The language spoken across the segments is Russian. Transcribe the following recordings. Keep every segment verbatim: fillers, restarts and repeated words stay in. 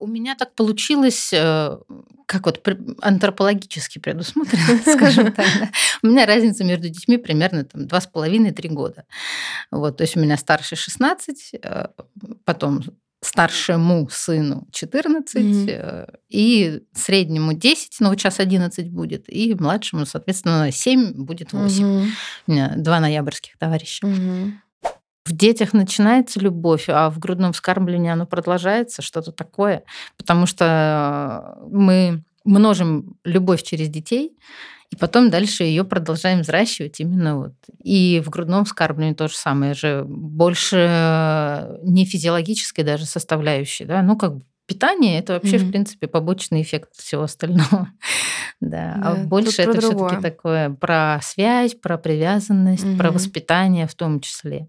У меня так получилось, э, как вот пр антропологически предусмотрено, скажем так, да. У меня разница между детьми примерно там два с половиной три года. Вот, то есть у меня старший шестнадцать, э, потом старшему сыну четырнадцать, Мгм. э, и среднему десять, ну вот щас одиннадцать будет, и младшему, соответственно, семь, будет восемь. Мгм. У меня два ноябрьских товарища. Мгм. В детях начинается любовь, а в грудном вскармливании оно продолжается, что-то такое. Потому что мы множим любовь через детей, и потом дальше её продолжаем взращивать именно вот. И в грудном вскармливании то же самое же. Больше не физиологической даже составляющей, да. Ну, как бы питание- это вообще, в Мгм. принципе, побочный эффект всего остального. Да, а Да, тут больше про это всё-таки другое. такое про связь, про привязанность, про Мгм. воспитание в том числе.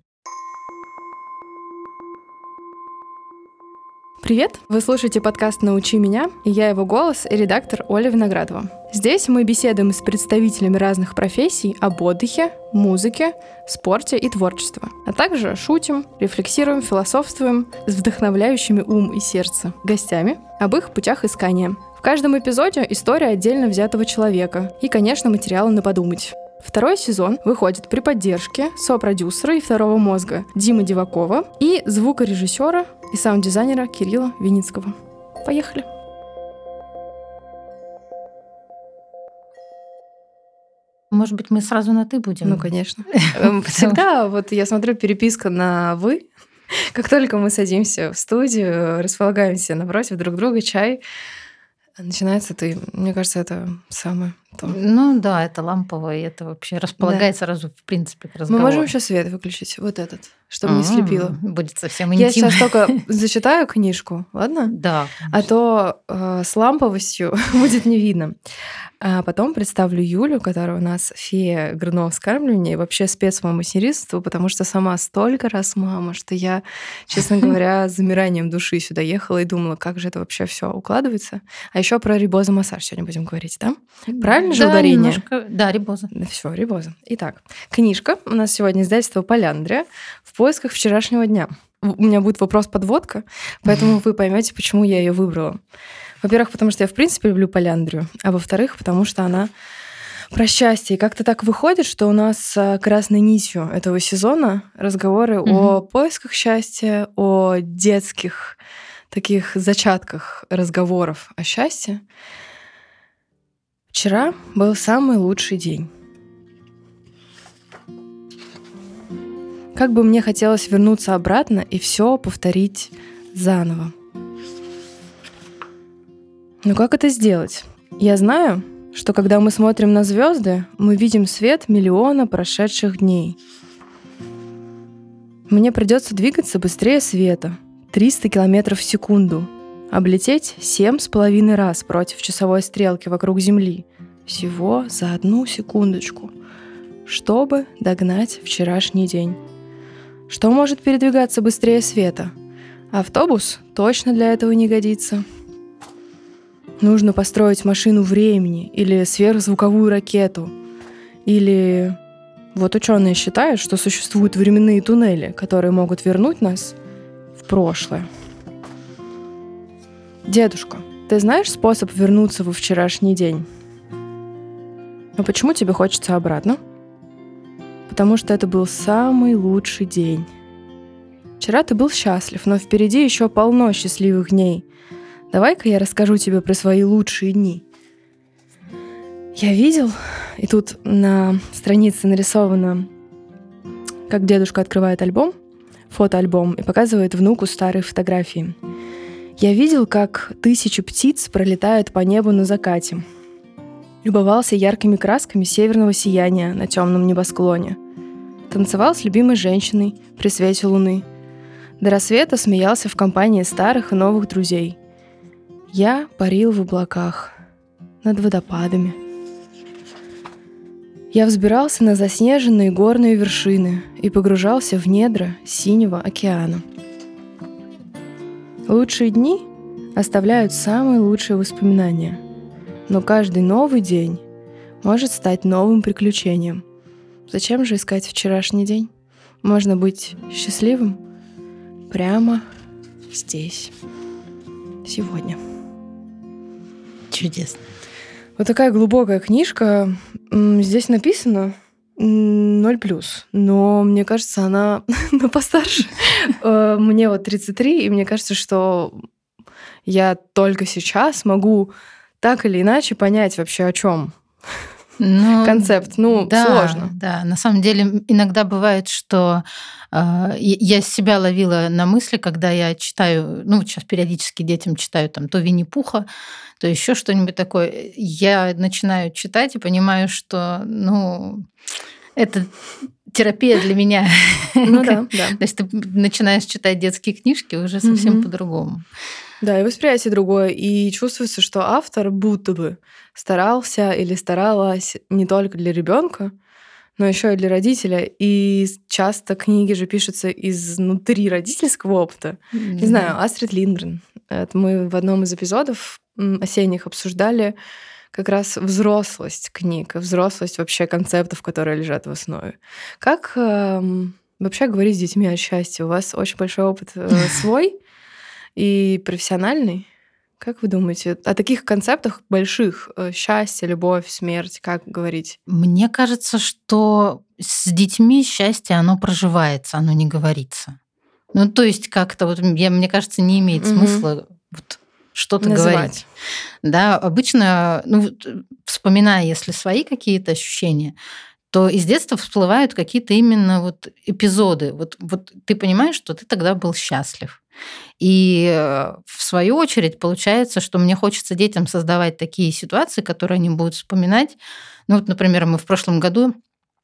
Привет! Вы слушаете подкаст «Научи меня», и я его голос и редактор Оля Виноградова. Здесь мы беседуем с представителями разных профессий об отдыхе, музыке, спорте и творчестве. А также шутим, рефлексируем, философствуем с вдохновляющими ум и сердце гостями об их путях искания. В каждом эпизоде история отдельно взятого человека и, конечно, материалы на подумать. Второй сезон выходит при поддержке сопродюсера и второго мозга Димы Дивакова и звукорежиссера и саунд-дизайнера Кирилла Виницкого. Поехали! Может быть, мы сразу на "ты" Ну, будем? конечно. Эм, Потому всегда, вот я смотрю, переписка на "вы". Как только мы садимся в студию, располагаемся напротив друг друга, чай, начинается "ты". Мне кажется, это самое то. Ну да, это лампово, и это вообще Да. располагает сразу, в принципе, к Мы можем разговору. ещё свет выключить, вот этот, чтобы не слепило. М, будет совсем Я интимно. сейчас тока зачитаю книжку, ладно? Да, А конечно. то, э, с ламповостью будет не видно. А потом представлю Юлю, которая у нас фея грудного вскармливания и вообще спец по материнству, потому что сама столько раз мама, что я, честно говоря, с замиранием души сюда ехала и думала, как же это вообще всё укладывается. А ещё про рибозомассаж сегодня будем говорить, да? Правильно же Да, ударение? немножко. Да, рибоза. Да всё, рибоза. Итак, книжка. У нас сегодня издательство «Поляндрия. В поисках вчерашнего дня». У меня будет вопрос-подводка, поэтому вы поймёте, почему я её выбрала. Во-первых, потому что я, в принципе, люблю «Поляндрию», а во-вторых, потому что она про счастье. И как-то так выходит, что у нас красной нитью этого сезона разговоры Мгм. о поисках счастья, о детских таких зачатках разговоров о счастье. Вчера был самый лучший день. Как бы мне хотелось вернуться обратно и всё повторить заново. Но как это сделать? Я знаю, что когда мы смотрим на звёзды, мы видим свет миллиона прошедших дней. Мне придётся двигаться быстрее света, триста километров в секунду, облететь семь с половиной раз против часовой стрелки вокруг Земли всего за одну секундочку, чтобы догнать вчерашний день. Что может передвигаться быстрее света? Автобус точно для этого не годится. Нужно построить машину времени или сверхзвуковую ракету. Или вот учёные считают, что существуют временные туннели, которые могут вернуть нас в прошлое. Дедушка, ты знаешь способ вернуться во вчерашний день? А почему тебе хочется обратно? Потому что это был самый лучший день. Вчера ты был счастлив, но впереди ещё полно счастливых дней. Давай-ка я расскажу тебе про свои лучшие дни. Я видел, и тут на странице нарисовано, как дедушка открывает альбом, фотоальбом, и показывает внуку старые фотографии. Я видел, как тысячи птиц пролетают по небу на закате. Любовался яркими красками северного сияния на тёмном небосклоне. Танцевал с любимой женщиной при свете луны. До рассвета смеялся в компании старых и новых друзей. Я парил в облаках над водопадами. Я взбирался на заснеженные горные вершины и погружался в недра синего океана. Лучшие дни оставляют самые лучшие воспоминания, но каждый новый день может стать новым приключением. Зачем же искать вчерашний день? Можно быть счастливым прямо здесь. сегодня. Чудесно. Вот такая глубокая книжка. Здесь написано ноль плюс, но мне кажется, она ну, постарше. Мне вот тридцать три, и мне кажется, что я только сейчас могу так или иначе понять вообще, о чем Ну, концепт. Ну, да, сложно. Да, на самом деле иногда бывает, что э, я себя ловила на мысли, когда я читаю, ну, вот сейчас периодически детям читаю там то Винни-Пуха, то еще что-нибудь такое. Я начинаю читать и понимаю, что, ну, это терапия для меня. Ну да, да. То есть ты начинаешь читать детские книжки уже совсем Мгм. по-другому. Да, и восприятие другое. И чувствуется, что автор будто бы старался или старалась не только для ребенка, но еще и для родителя. И часто книги же пишутся изнутри родительского опыта. Не знаю, Астрид Линдгрен. Это мы в одном из эпизодов м, осенних обсуждали как раз взрослость книг, взрослость вообще концептов, которые лежат в основе. Как эм, вообще говорить с детьми о счастье? У вас очень большой опыт э, свой и профессиональный. Как вы думаете, о таких концептах больших э, счастье, любовь, смерть, как говорить? Мне кажется, что с детьми счастье, оно проживается, оно не говорится. Ну, то есть как-то вот, я, мне кажется, не имеет Мгм. смысла вот что-то говорить. Называть. Да, обычно, ну, вот, э, вспоминая, если свои какие-то ощущения, то из детства всплывают какие-то именно вот эпизоды. Вот, вот ты понимаешь, что ты тогда был счастлив. И э, в свою очередь получается, что мне хочется детям создавать такие ситуации, которые они будут вспоминать. Ну вот, например, мы в прошлом году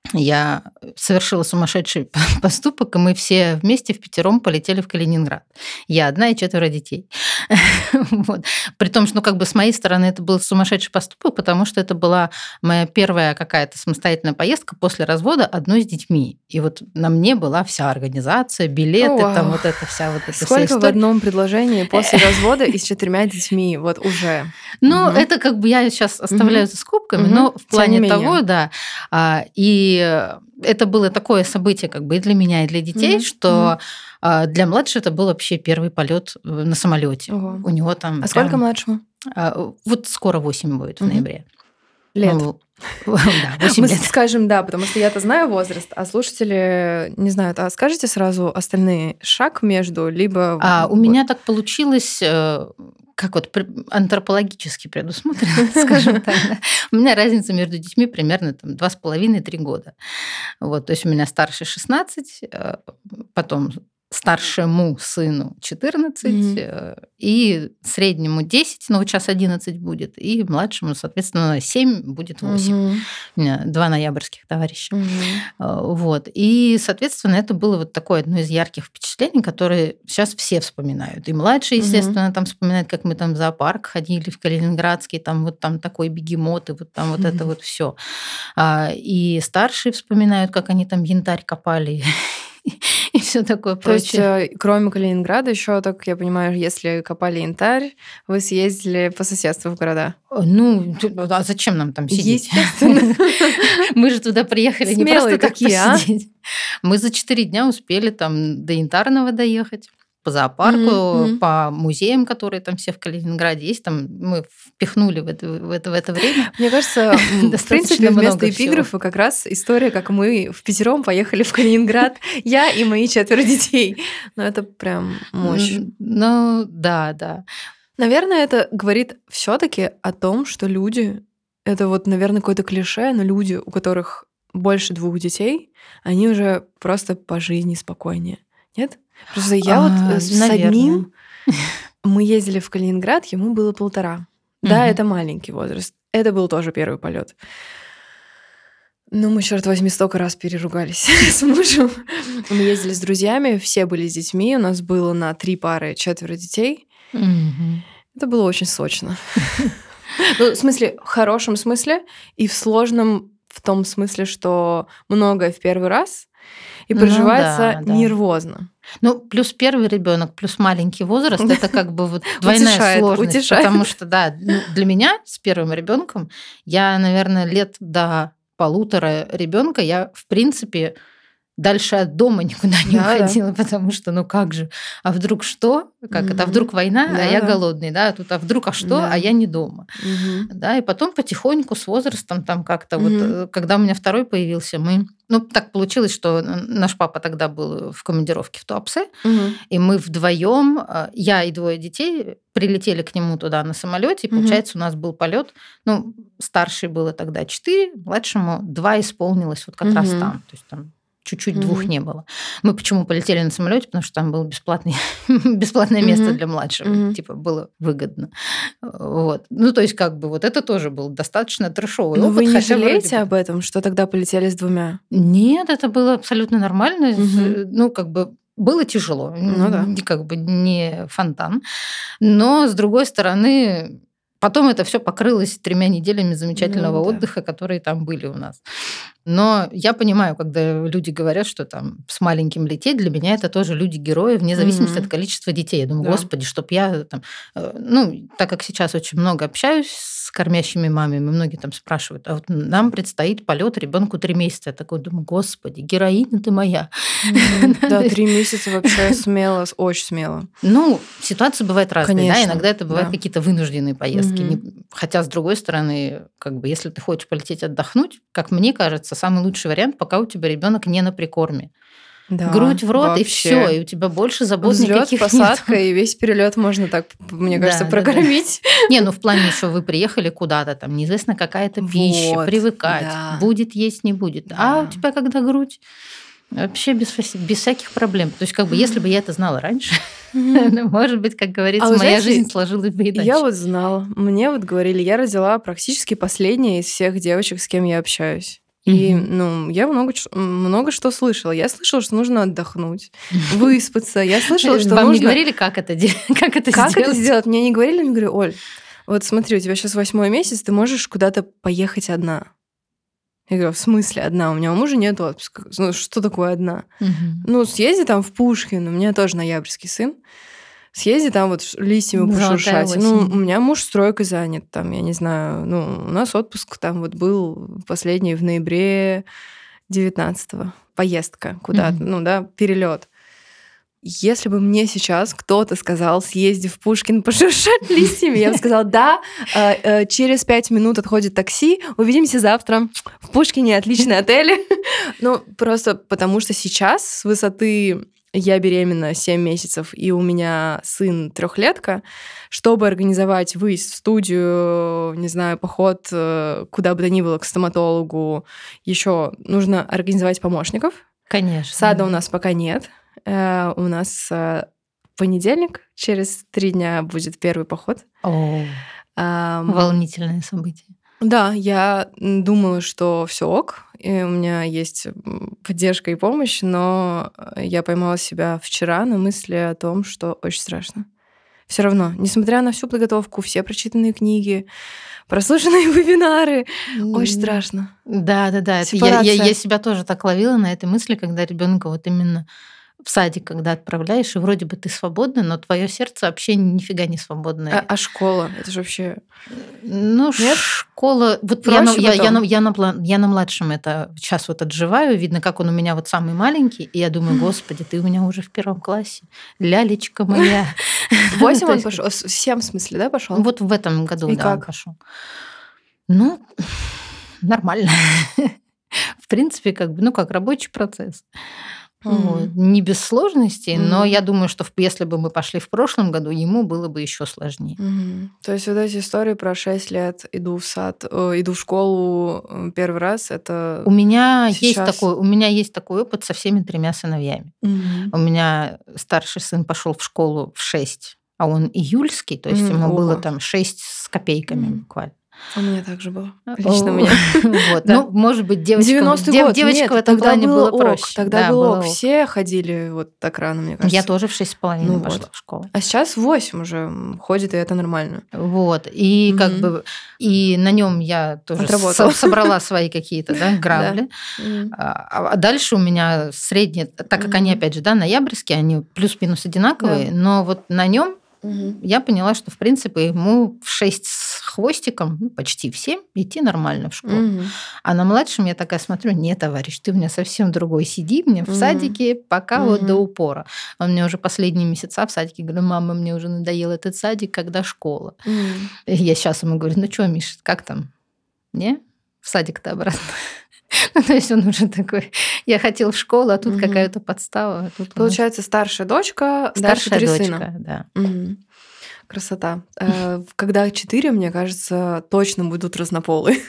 я совершила сумасшедший поступок, и мы все вместе впятером полетели в Калининград. Я одна и четверо детей. Вот. При том, что ну, как бы с моей стороны это был сумасшедший поступок, потому что это была моя первая какая-то самостоятельная поездка после развода одной с детьми. И вот на мне была вся организация, билеты, О, там вау. вот эта вся вот эта вся Сколько в история. одном предложении после развода и с четырьмя детьми? Вот уже. Ну, Мгм. это как бы я сейчас оставляю Мгм. за скобками, Мгм. но в Тем не плане менее. того, да. а, И это было такое событие как бы и для меня, и для детей, Мгм. что а, для младшего это был вообще первый полет на самолете. Ого. У него там А сколько прям, младшему? а, вот скоро восемь будет в Мгм. ноябре. Лет. Ну, да, восемь Мы лет. скажем да, потому что я-то знаю возраст, а слушатели не знают. А скажите сразу остальные шаг между, либо А у вот. меня так получилось, э, как вот пр- антропологически предусмотрено, скажем так. да. У меня разница между детьми примерно там два с половиной три года. Вот, то есть у меня старший шестнадцать, э, потом старшему сыну четырнадцать, Мгм. э, и среднему десять, ну вот сейчас одиннадцать будет, и младшему, соответственно, семь будет восемь. Мгм. У меня два ноябрьских товарища. Мгм. Э, Вот. И, соответственно, это было вот такое одно из ярких впечатлений, которые сейчас все вспоминают. И младший, Мгм. естественно, там вспоминает, как мы там в зоопарк ходили, в Калининградский, там вот там такой бегемот, и вот там вот это вот все. И старшие вспоминают, как они там янтарь копали и все такое То есть, прочее. э, кроме Калининграда, еще, так я понимаю, если копали янтарь, вы съездили по соседству в города. Э, Ну, т- а зачем нам там сидеть? Естественно. Мы же туда приехали не просто Смелые так какие, а? посидеть. Мы за четыре дня успели там до Янтарного доехать, по зоопарку, Мгм, мгм. по музеям, которые там все в Калининграде есть. Там мы впихнули в это, в это, в это время. Мне кажется, м, в Достаточно принципе, много вместо всего. эпиграфа как раз история, как мы в пятером поехали в Калининград, я и мои четверо детей. Ну, это прям мощь. М, Ну, да, да. Наверное, это говорит все-таки о том, что люди, это вот, наверное, какое-то клише, но люди, у которых больше двух детей, они уже просто по жизни спокойнее. Нет? Просто я вот А, э, с с Наверное. одним, мы ездили в Калининград, ему было полтора. Да, Мгм. это маленький возраст. Это был тоже первый полет. Ну, мы, черт возьми, столько раз переругались с мужем. Мы ездили с друзьями, все были с детьми, у нас было на три пары четверо детей. Мгм. Это было очень сочно. Ну, в смысле, в хорошем смысле, и в сложном в том смысле, что многое в первый раз, и Ну проживается да, да. нервозно. Ну, плюс первый ребенок, плюс маленький возраст, это как бы вот двойная Утешает, сложность. утешает. Потому что, да, ну, для меня с первым ребенком я, наверное, лет до полутора ребенка я, в принципе, дальше от дома никуда не Да, да. уходила, потому что, ну как же, а вдруг что? Как это? А Мгм. вдруг война, Да, а я да. голодный, да? А тут, а вдруг, а что? Да. А я не дома. Мгм. Да, и потом потихоньку с возрастом там как-то вот, Мгм. э, когда у меня второй появился, мы, ну так получилось, что н- наш папа тогда был в командировке в Туапсе, Мгм. и мы вдвоем, я и двое детей, прилетели к нему туда на самолете, и Мгм. получается у нас был полет. Ну, старший было тогда четыре, младшему два исполнилось вот как раз Мгм. там, то есть там чуть-чуть двух Мгм. не было. Мы почему полетели на самолете, потому что там было бесплатный, бесплатное место Мгм. для младшего, Мгм. типа было выгодно. Вот. Ну, то есть как бы вот это тоже был достаточно трешовый Но вы опыт, не хотя вроде жалеете бы... об этом, что тогда полетели с двумя? Нет, это было абсолютно нормально. С- Мгм. Ну, как бы было тяжело, Ну да. н- как бы не фонтан. Но, с другой стороны, потом это все покрылось тремя неделями замечательного Ну да. отдыха, которые там были у нас. Но я понимаю, когда люди говорят, что там с маленьким лететь, для меня это тоже люди-герои, вне зависимости от Мгм. количества детей. Я думаю, Да. господи, чтоб я там... э, Ну, так как сейчас очень много общаюсь с кормящими мамами, многие там спрашивают, а вот нам предстоит полет ребенку три месяца. Я такой думаю, господи, героиня ты моя. Мгм. То Да, есть, три месяца вообще смело, с- очень смело. Ну, ситуации бывают разные, да, Конечно, иногда это бывают да. какие-то вынужденные поездки. Мгм. Не- Хотя, с другой стороны, как бы, если ты хочешь полететь отдохнуть, как мне кажется, самый лучший вариант, пока у тебя ребенок не на прикорме. Да, Грудь в рот, и все, вообще. и у тебя больше забот Взлет, никаких посадка, нет. и весь перелет можно так, мне кажется, Да, да, да. прокормить. Не, ну в плане еще вы приехали куда-то, там неизвестно какая-то пища, Вот, привыкать, да, будет есть, не будет. А у да. тебя когда грудь, вообще без, фаси- без всяких проблем. То есть, как бы, если бы я это знала раньше, Мгм. ну, может быть, как А говорится, вы моя знаете, жизнь сложилась бы я иначе. вот знала, мне вот говорили, я родила практически последняя из всех девочек, с кем я общаюсь. И, Мгм. ну, я много, ч- много что слышала. Я слышала, что нужно отдохнуть, выспаться. Я слышала, что Вам не нужно... говорили, как это, де- как это Как это сделать? сделать? Мне не говорили, мне говорю, Оль, вот смотри, у тебя сейчас восьмой месяц, ты можешь куда-то поехать одна. Я говорю, в смысле одна? У меня у мужа нет отпуска. Ну, что такое одна? Мгм. Ну, съезди там в Пушкин, у меня тоже ноябрьский сын. Съезди там вот ш- листьями Золотая пошуршать. Ну, осень. у меня муж стройкой занят, там, я не знаю. Ну, у нас отпуск там вот был последний в ноябре девятнадцатого. Поездка куда-то, Мгм. ну, да, перелет. Если бы мне сейчас кто-то сказал, съезди в Пушкин пошуршать листьями, я бы сказала, да, э, э, через пять минут отходит такси, увидимся завтра в Пушкине, отличный отель. Ну, просто потому что сейчас с высоты я беременна семь месяцев, и у меня сын трехлетка, чтобы организовать выезд в студию, не знаю, поход э, куда бы то ни было к стоматологу, еще нужно организовать помощников. Конечно. Сада у нас пока нет. Э, У нас э, понедельник, через три дня будет первый поход. О, Ам, волнительное событие. Да, я м, думала, что все ок, и у меня есть м, поддержка и помощь, но э, я поймала себя вчера на мысли о том, что очень страшно. Все равно, несмотря на всю подготовку, все прочитанные книги, прослушанные вебинары, очень М, страшно. Да, да, да. Это я, я, я Сепарация. себя тоже так ловила на этой мысли, когда ребенка вот именно в садик, когда отправляешь, и вроде бы ты свободна, но твое сердце вообще нифига не А, свободное. а школа? Это же вообще... Ну, Нет? школа... Вот я на, Проще я, я, на, потом? я, на, пла- я на младшем это сейчас вот отживаю. Видно, как он у меня вот самый маленький. И я думаю, господи, ты у меня уже в первом классе. Лялечка моя. Восемь То он есть пошел? Семь, в смысле, да, пошел? вот в этом году, И да, он как? пошел. Ну, нормально. В принципе, как бы, ну, как рабочий процесс. Вот. М. Не без сложностей, но Мгм. я думаю, что в- если бы мы пошли в прошлом году, ему было бы еще сложнее. Мгм. То есть вот эти истории про шесть лет иду в сад, э, иду в школу э, первый раз, У это меня есть сейчас... такой, у меня есть такой опыт со всеми тремя сыновьями. Мгм. У меня старший сын пошел в школу в шесть, а он июльский, то есть Мгм. ему было Ого. там шесть с копейками Мгм. буквально. У меня так же было. Лично у меня. Вот. Да. Ну, может быть, девочкам, девяностый дев- год. девочка Нет, в этом тогда плане было было ок. проще. Тогда Да, было было ок. ок. Все ходили вот так рано, мне кажется. Я тоже в шесть с половиной Ну пошла вот. в школу. А сейчас в восемь уже м, ходит, и это нормально. Вот. И как Мгм. бы и на нем я тоже Отработала. со- собрала свои какие-то да, Да. грабли. Мгм. А а дальше у меня средние, так как они, Мгм. опять же, да, ноябрьские, они плюс-минус одинаковые, Да. но вот на нем Мгм. я поняла, что, в принципе, ему в шесть с хвостиком, ну, почти в семь, идти нормально в школу. Мгм. А на младшем я такая смотрю: нет, товарищ, ты у меня совсем другой. Сиди мне в Мгм. садике пока вот до Мгм. упора. Он мне уже последние месяца в садике говорю: мама, мне уже надоел этот садик, когда школа. М. И я сейчас ему говорю: ну что, Миша, как там? Не? В садик-то обратно. Ну, то есть он уже такой: я хотел в школу, а тут Мгм. какая-то подстава. А тут у нас Получается, старшая дочка, дальше старшая три дочка, сына. да. Мгм. Красота. Э, в- Когда четыре, мне кажется, точно будут разнополые.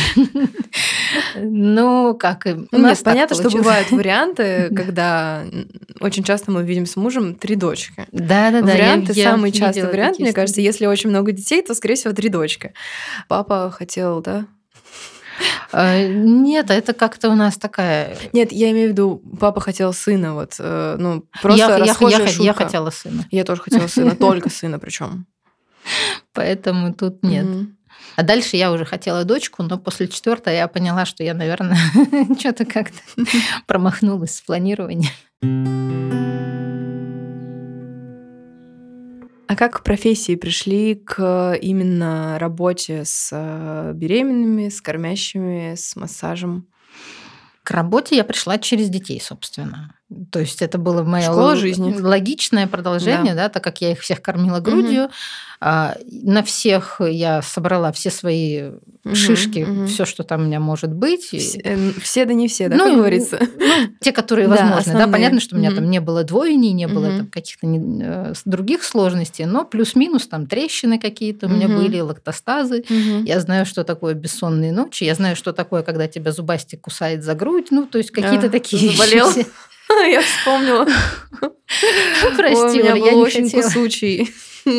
Ну, как и у Ну, нас нет, так понятно, что получилось. бывают варианты, Да. когда м, очень часто мы видим с мужем три дочки. Да-да-да, я Варианты, я самый частый видела вариант, такие мне кажется, истории. если очень много детей, то, скорее всего, три дочки. Папа хотел, да? А, нет, это как-то у нас такая. Нет, я имею в виду, папа хотел сына, вот, э, ну, Я просто х я х я расхожая х я шутка. хотела сына, Я тоже хотела сына, только сына причем. поэтому тут нет. А дальше я уже хотела дочку, но после четвёртой я поняла, что я, наверное, чё-то как-то промахнулась с планированием. А как к профессии пришли, к именно работе с э, беременными, с кормящими, с массажем? К работе я пришла через детей, собственно. То есть это было моё Школа л жизни. логичное Да. продолжение, да, так как я их всех кормила Мгм. грудью. А, на всех я собрала все свои Мгм, шишки, мгм. всё, что там у меня может быть. Вс- И, э, Все да не все, да, ну, как и, говорится? ну, те, которые Да, возможны. Да, понятно, основные. что у меня там Мгм. не было двойней, не было там Мгм. каких-то не э, с других сложностей, но плюс-минус там трещины какие-то у меня Мгм. были, лактостазы. Мгм. Я знаю, что такое бессонные ночи, я знаю, что такое, когда тебя зубастик кусает за грудь. Ну, то есть какие-то А, такие вещи Заболел. все. Я вспомнила. Ой, у Прости, меня Оля, я был не очень хотела. кусучий.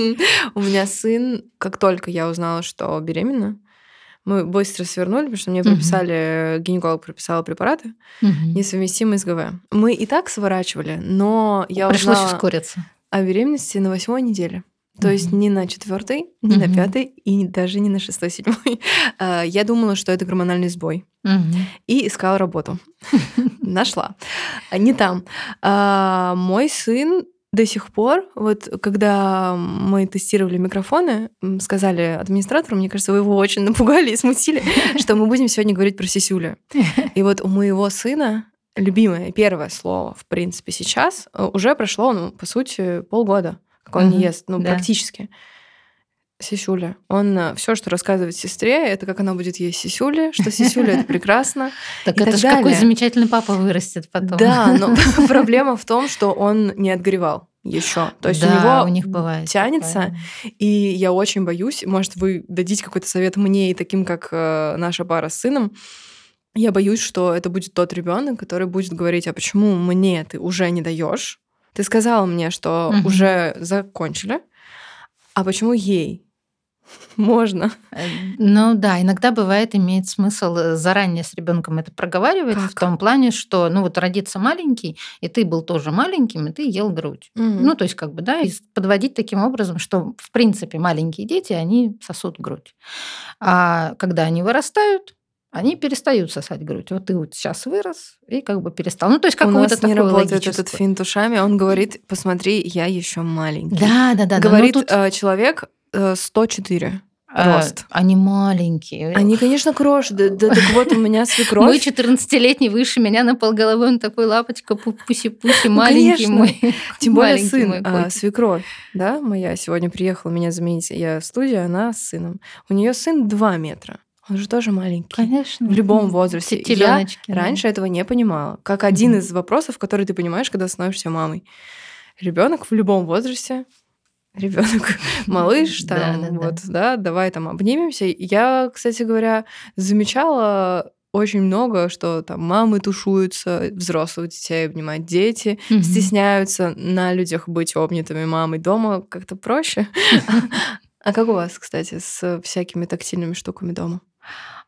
У меня сын, как только я узнала, что беременна, мы быстро свернули, потому что мне Мгм. прописали, гинеколог прописала препараты, Мгм. несовместимые с ГВ. Мы и так сворачивали, но я Пришлось узнала ускориться. о беременности на восьмой неделе. То есть Мгм. не на четвертой, не на Мгм. пятой и не- даже не на шестой, седьмой. А, Я думала, что это гормональный сбой. Мгм. И искала работу. Нашла. А, Не там. А, Мой сын до сих пор, вот когда мы тестировали микрофоны, м, сказали администратору, мне кажется, вы его очень напугали и смутили, что мы будем сегодня говорить про сисюлю. И вот у моего сына любимое первое слово, в принципе, сейчас э, уже прошло, ну, по сути, полгода, как он не Мгм. ест, ну, Да. практически. Сисюля. Он все, что рассказывает сестре, это как она будет есть сисюли, что сисюля это прекрасно Так и это так ж какой далее. замечательный папа вырастет потом. Да, но проблема в том, что он не отгоревал еще. То есть у Да, у него них бывает тянется, такое. и я очень боюсь, может, вы дадите какой-то совет мне и таким, как э, наша пара с сыном. Я боюсь, что это будет тот ребенок, который будет говорить: а почему мне ты уже не даешь? Ты сказала мне, что Мгм. уже закончили, а почему ей можно? Э, Ну да, иногда бывает, имеет смысл э, заранее с ребенком это проговаривать, в Как? том плане, что, ну вот родится маленький, и ты был тоже маленьким, и ты ел грудь. Мгм. Ну, то есть, как бы, да, и с- подводить таким образом, что, в принципе, маленькие дети, они сосут грудь. А когда они вырастают, они перестают сосать грудь. Вот ты вот сейчас вырос и как бы перестал. Ну, то есть, У какую-то нас не такую работает этот логическую. финт ушами. Он говорит: посмотри, я еще маленький. Да, да, да, да. Но Говорит тут э, человек э, сто четыре э, рост. они маленькие. Они, конечно, крош. Да, да, так вот, у меня Мой свекровь. четырнадцатилетний выше меня на полголовы, он такой лапочка, пу- пуси-пуси, Ну, маленький конечно. мой, Тем более маленький сын, мой а, котик. свекровь, да, моя сегодня приехала меня заменить. Я в студии, она с сыном. У нее сын два метра. Он же тоже маленький. Конечно. В любом возрасте. Я Теленочки. раньше этого не понимала. Как один Мгм. из вопросов, который ты понимаешь, когда становишься мамой. Ребенок в любом возрасте, ребенок, малыш, Да, там, да, да. вот, да, давай там обнимемся. Я, кстати говоря, замечала очень много, что там мамы тушуются, взрослых детей обнимать, дети Мгм. стесняются на людях быть обнятыми мамой. Дома как-то проще. А как у вас, кстати, с всякими тактильными штуками дома?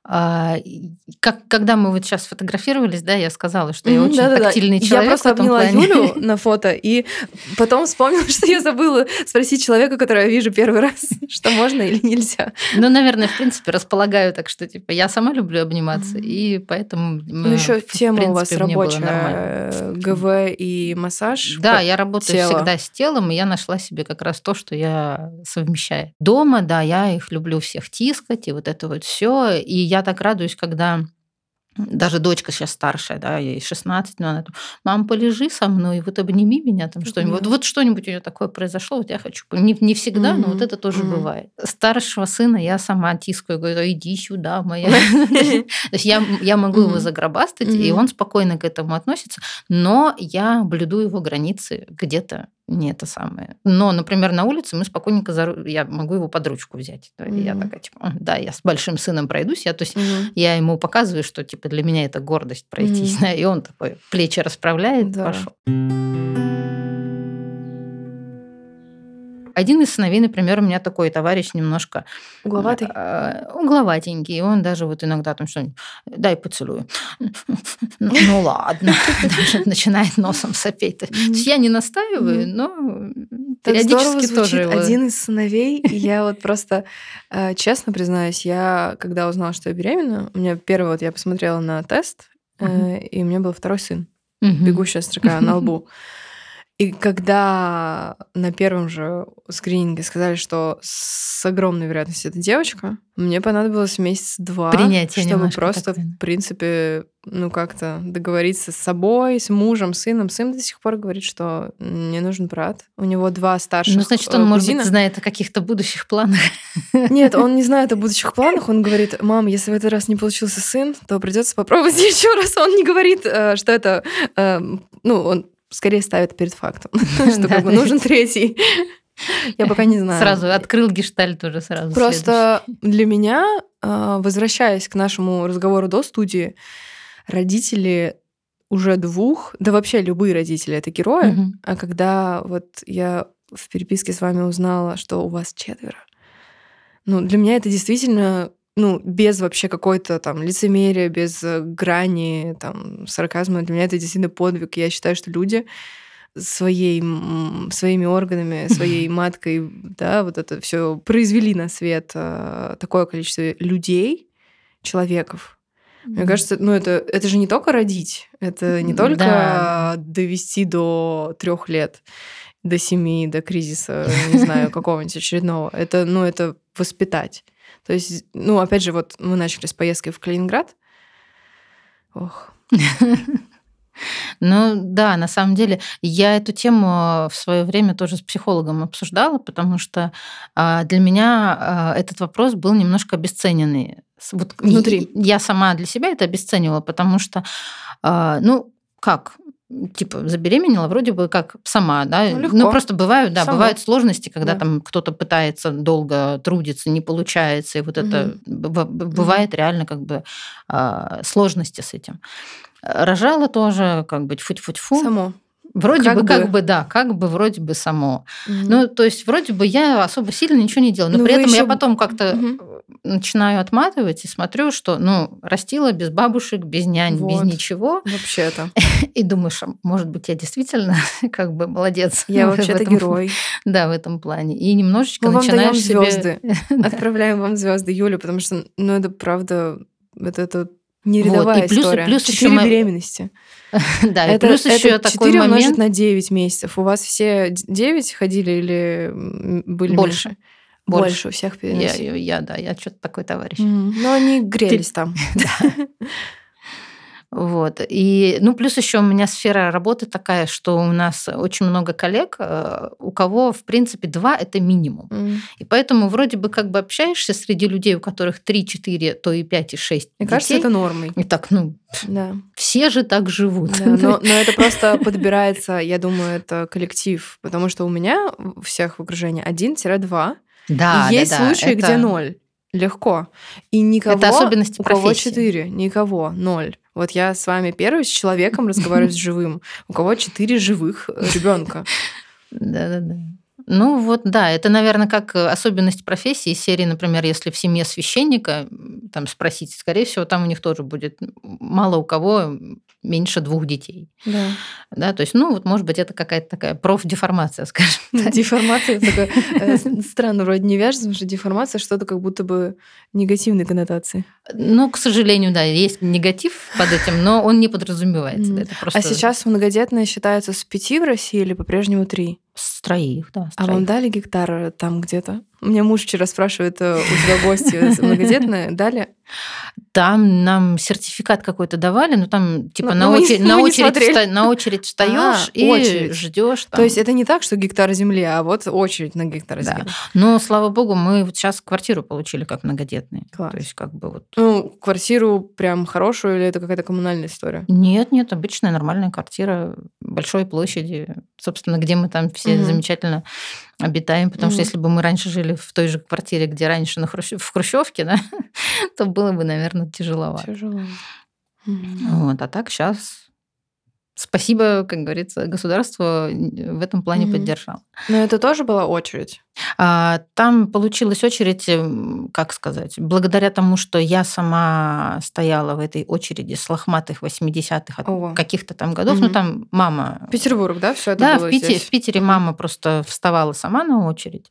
А, как, когда мы вот сейчас фотографировались, да, я сказала, что я Мгм, очень да-да-да. тактильный Я человек просто в этом обняла плане. Юлю на фото, и потом вспомнила, что я забыла спросить человека, которого я вижу первый раз, что можно или нельзя. Ну, наверное, в принципе, располагаю так, что типа я сама люблю обниматься, Мгм. и поэтому Ну, м, еще в в тема у вас принципе мне было нормально. рабочая, ГВ и массаж Да, по- я работаю тела. всегда с телом, и я нашла себе как раз то, что я совмещаю. Дома, да, я их люблю всех тискать, и вот это вот все. И я так радуюсь, когда даже дочка сейчас старшая, да, ей шестнадцать, но она там: мам, полежи со мной, вот обними меня, там Как что-нибудь. Вот, мило. вот что-нибудь у нее такое произошло, вот я хочу. Не, не всегда, но вот Мгм, это тоже мгм. бывает. Старшего сына я сама тискаю, говорю: «Да иди сюда, моя». То есть я, я могу его Мгм. загробастать, и Мгм. он спокойно к этому относится, но я блюду его границы где-то не это самое. Но, например, на улице мы спокойненько за ру- я могу его под ручку взять. То есть я Мгм. такая, типа, «А, да, я с большим сыном пройдусь». Я, то есть Мгм. я ему показываю, что типа для меня это гордость пройтись, Мгм. да, и он такой плечи расправляет, Здорово. пошел. Один из сыновей, например, у меня такой товарищ немножко Угловатый? э, угловатенький, и он даже вот иногда там что-нибудь: дай поцелую. Ну ну ладно, даже начинает носом сопеть. То Мгм. есть я не настаиваю, Мгм. но Так здорово периодически тоже звучит. его. Один из сыновей. И я вот просто, э, честно признаюсь, я когда узнала, что я беременна, у меня первый вот я посмотрела на тест, Мгм. э, и у меня был второй сын, Мгм. бегущая строка на лбу. И когда на первом же скрининге сказали, что с огромной вероятностью это девочка, мне понадобилось месяц-два, Принятие чтобы немножко просто, такое. в принципе, ну как-то договориться с собой, с мужем, сыном. Сын до сих пор говорит, что мне нужен брат. У него два Ну, старших значит, э, он, может быть, кузина. знает о каких-то будущих планах. Нет, он не знает о будущих планах. Он говорит: мам, если в этот раз не получился сын, то придется попробовать еще раз. Он не говорит, э, что это... э, Ну, он скорее ставит перед фактом, что Да. как бы нужен третий. Я пока не знаю. Сразу открыл гештальт уже сразу следующий. Просто для меня, э, возвращаясь к нашему разговору до студии, родители уже двух, да вообще любые родители — это герои. Мгм. А когда вот я в переписке с вами узнала, что у вас четверо, ну, для меня это действительно, ну, без вообще какой-то там лицемерия, без э, грани, там, сарказма, для меня это действительно подвиг. Я считаю, что люди своей, м, своими органами, своей маткой, да, вот это все произвели на свет э, такое количество людей, человеков. Мне кажется, ну это, это же не только родить, это не Да, только да. довести до трех лет, до семи, до кризиса, не знаю, какого-нибудь очередного. Это, ну, это воспитать. То есть, ну, опять же, вот мы начали с поездки в Калининград. Ох. Ну да, на самом деле я эту тему в свое время тоже с психологом обсуждала, потому что а, для меня а, этот вопрос был немножко обесцененный. С- Вот и- Внутри. и я сама для себя это обесценивала, потому что, а, ну, как? Типа забеременела вроде бы как сама, да. Ну, Ну, легко. просто бывают, да, Само. бывают сложности, когда Да. там кто-то пытается долго трудиться, не получается, и вот это б- б- бывает реально как бы а, сложности с этим. Рожала тоже, как бы тьфу-тьфу-тьфу. Само. Вроде Как бы, как бы. бы, да, как бы вроде бы само. Мгм. Ну, то есть вроде бы я особо сильно ничего не делаю, но Ну, при вы этом я ещё- потом как-то Мгм. э, начинаю отматывать и смотрю, что, ну, растила без бабушек, без нянь, без Вот. ничего, Вообще-то. и думаешь, а может быть, я действительно как бы молодец Я в вообще-то этом, герой. да, в этом плане. И немножечко Мы вам даем начинаешь себе... звезды. Отправляем вам звезды, Юля, потому что, ну, это правда, это, это не Вот, рядовая и плюс, история. плюс еще... Четыре беременности. Да, и Это, плюс еще это такой четыре умножить момент... на девять месяцев. У вас все д- девять ходили или м, были Больше. меньше? Больше. Больше у всех Я, переносили. я, да, я что-то такой товарищ. Мгм. Но они грелись там. Вот. И, ну, плюс еще у меня сфера работы такая, что у нас очень много коллег, э, у кого, в принципе, два – это минимум. М. И поэтому вроде бы как бы общаешься среди людей, у которых три, четыре, то и пять, и шесть Мне детей. кажется, это нормой. И так, ну, Да. все же так живут. Да, но, но это просто подбирается, я думаю, это коллектив. Потому что у меня у всех в окружении один-два. Да, И есть да, да. случаи, это- где ноль. Легко. И никого, Это особенности у кого профессии. четыре, никого, ноль. Вот я с вами первый, с человеком разговариваю, с живым. У кого четыре живых ребенка. Да-да-да. Ну вот, да, это, наверное, как особенность профессии из серии, например, если в семье священника, там спросить, скорее всего, там у них тоже будет мало у кого меньше двух детей. Да. Да, то есть, ну, вот, может быть, это какая-то такая профдеформация, скажем так. Деформация такая странно, вроде не вяжется, потому что деформация что-то как будто бы негативной коннотации. Ну, к сожалению, да, есть негатив под этим, но он не подразумевается. Mm. Это просто... А сейчас многодетные считаются с пяти в России или по-прежнему три? С троих, да. С а троих. вам дали гектар там где-то? У меня муж вчера спрашивает, у тебя гости многодетные, дали? Там нам сертификат какой-то давали, но там типа ну, на, мы очередь, не, на, мы очередь вста, не на очередь встаешь а, и очередь. ждешь. То есть это не так, что гектар земли, а вот очередь на гектар да. земли. Но, слава богу, мы вот сейчас квартиру получили как многодетные. Класс. То есть как бы вот... Ну, квартиру прям хорошую или это какая-то коммунальная история? Нет, нет, обычная нормальная квартира большой площади, собственно, где мы там все угу. замечательно обитаем, потому угу. что если бы мы раньше жили в той же квартире, где раньше на Хрущ... в Хрущевке, да, то было бы, наверное, тяжеловато. Тяжело. Угу. Вот, а так сейчас... Спасибо, как говорится, государство в этом плане угу. поддержало. Но это тоже была очередь? А, там получилась очередь, как сказать, благодаря тому, что я сама стояла в этой очереди с лохматых восьмидесятых от Ого. каких-то там годов. Угу. Ну, там мама... Петербург, да, все это да, было в Питере, здесь? в Питере мама просто вставала сама на очередь,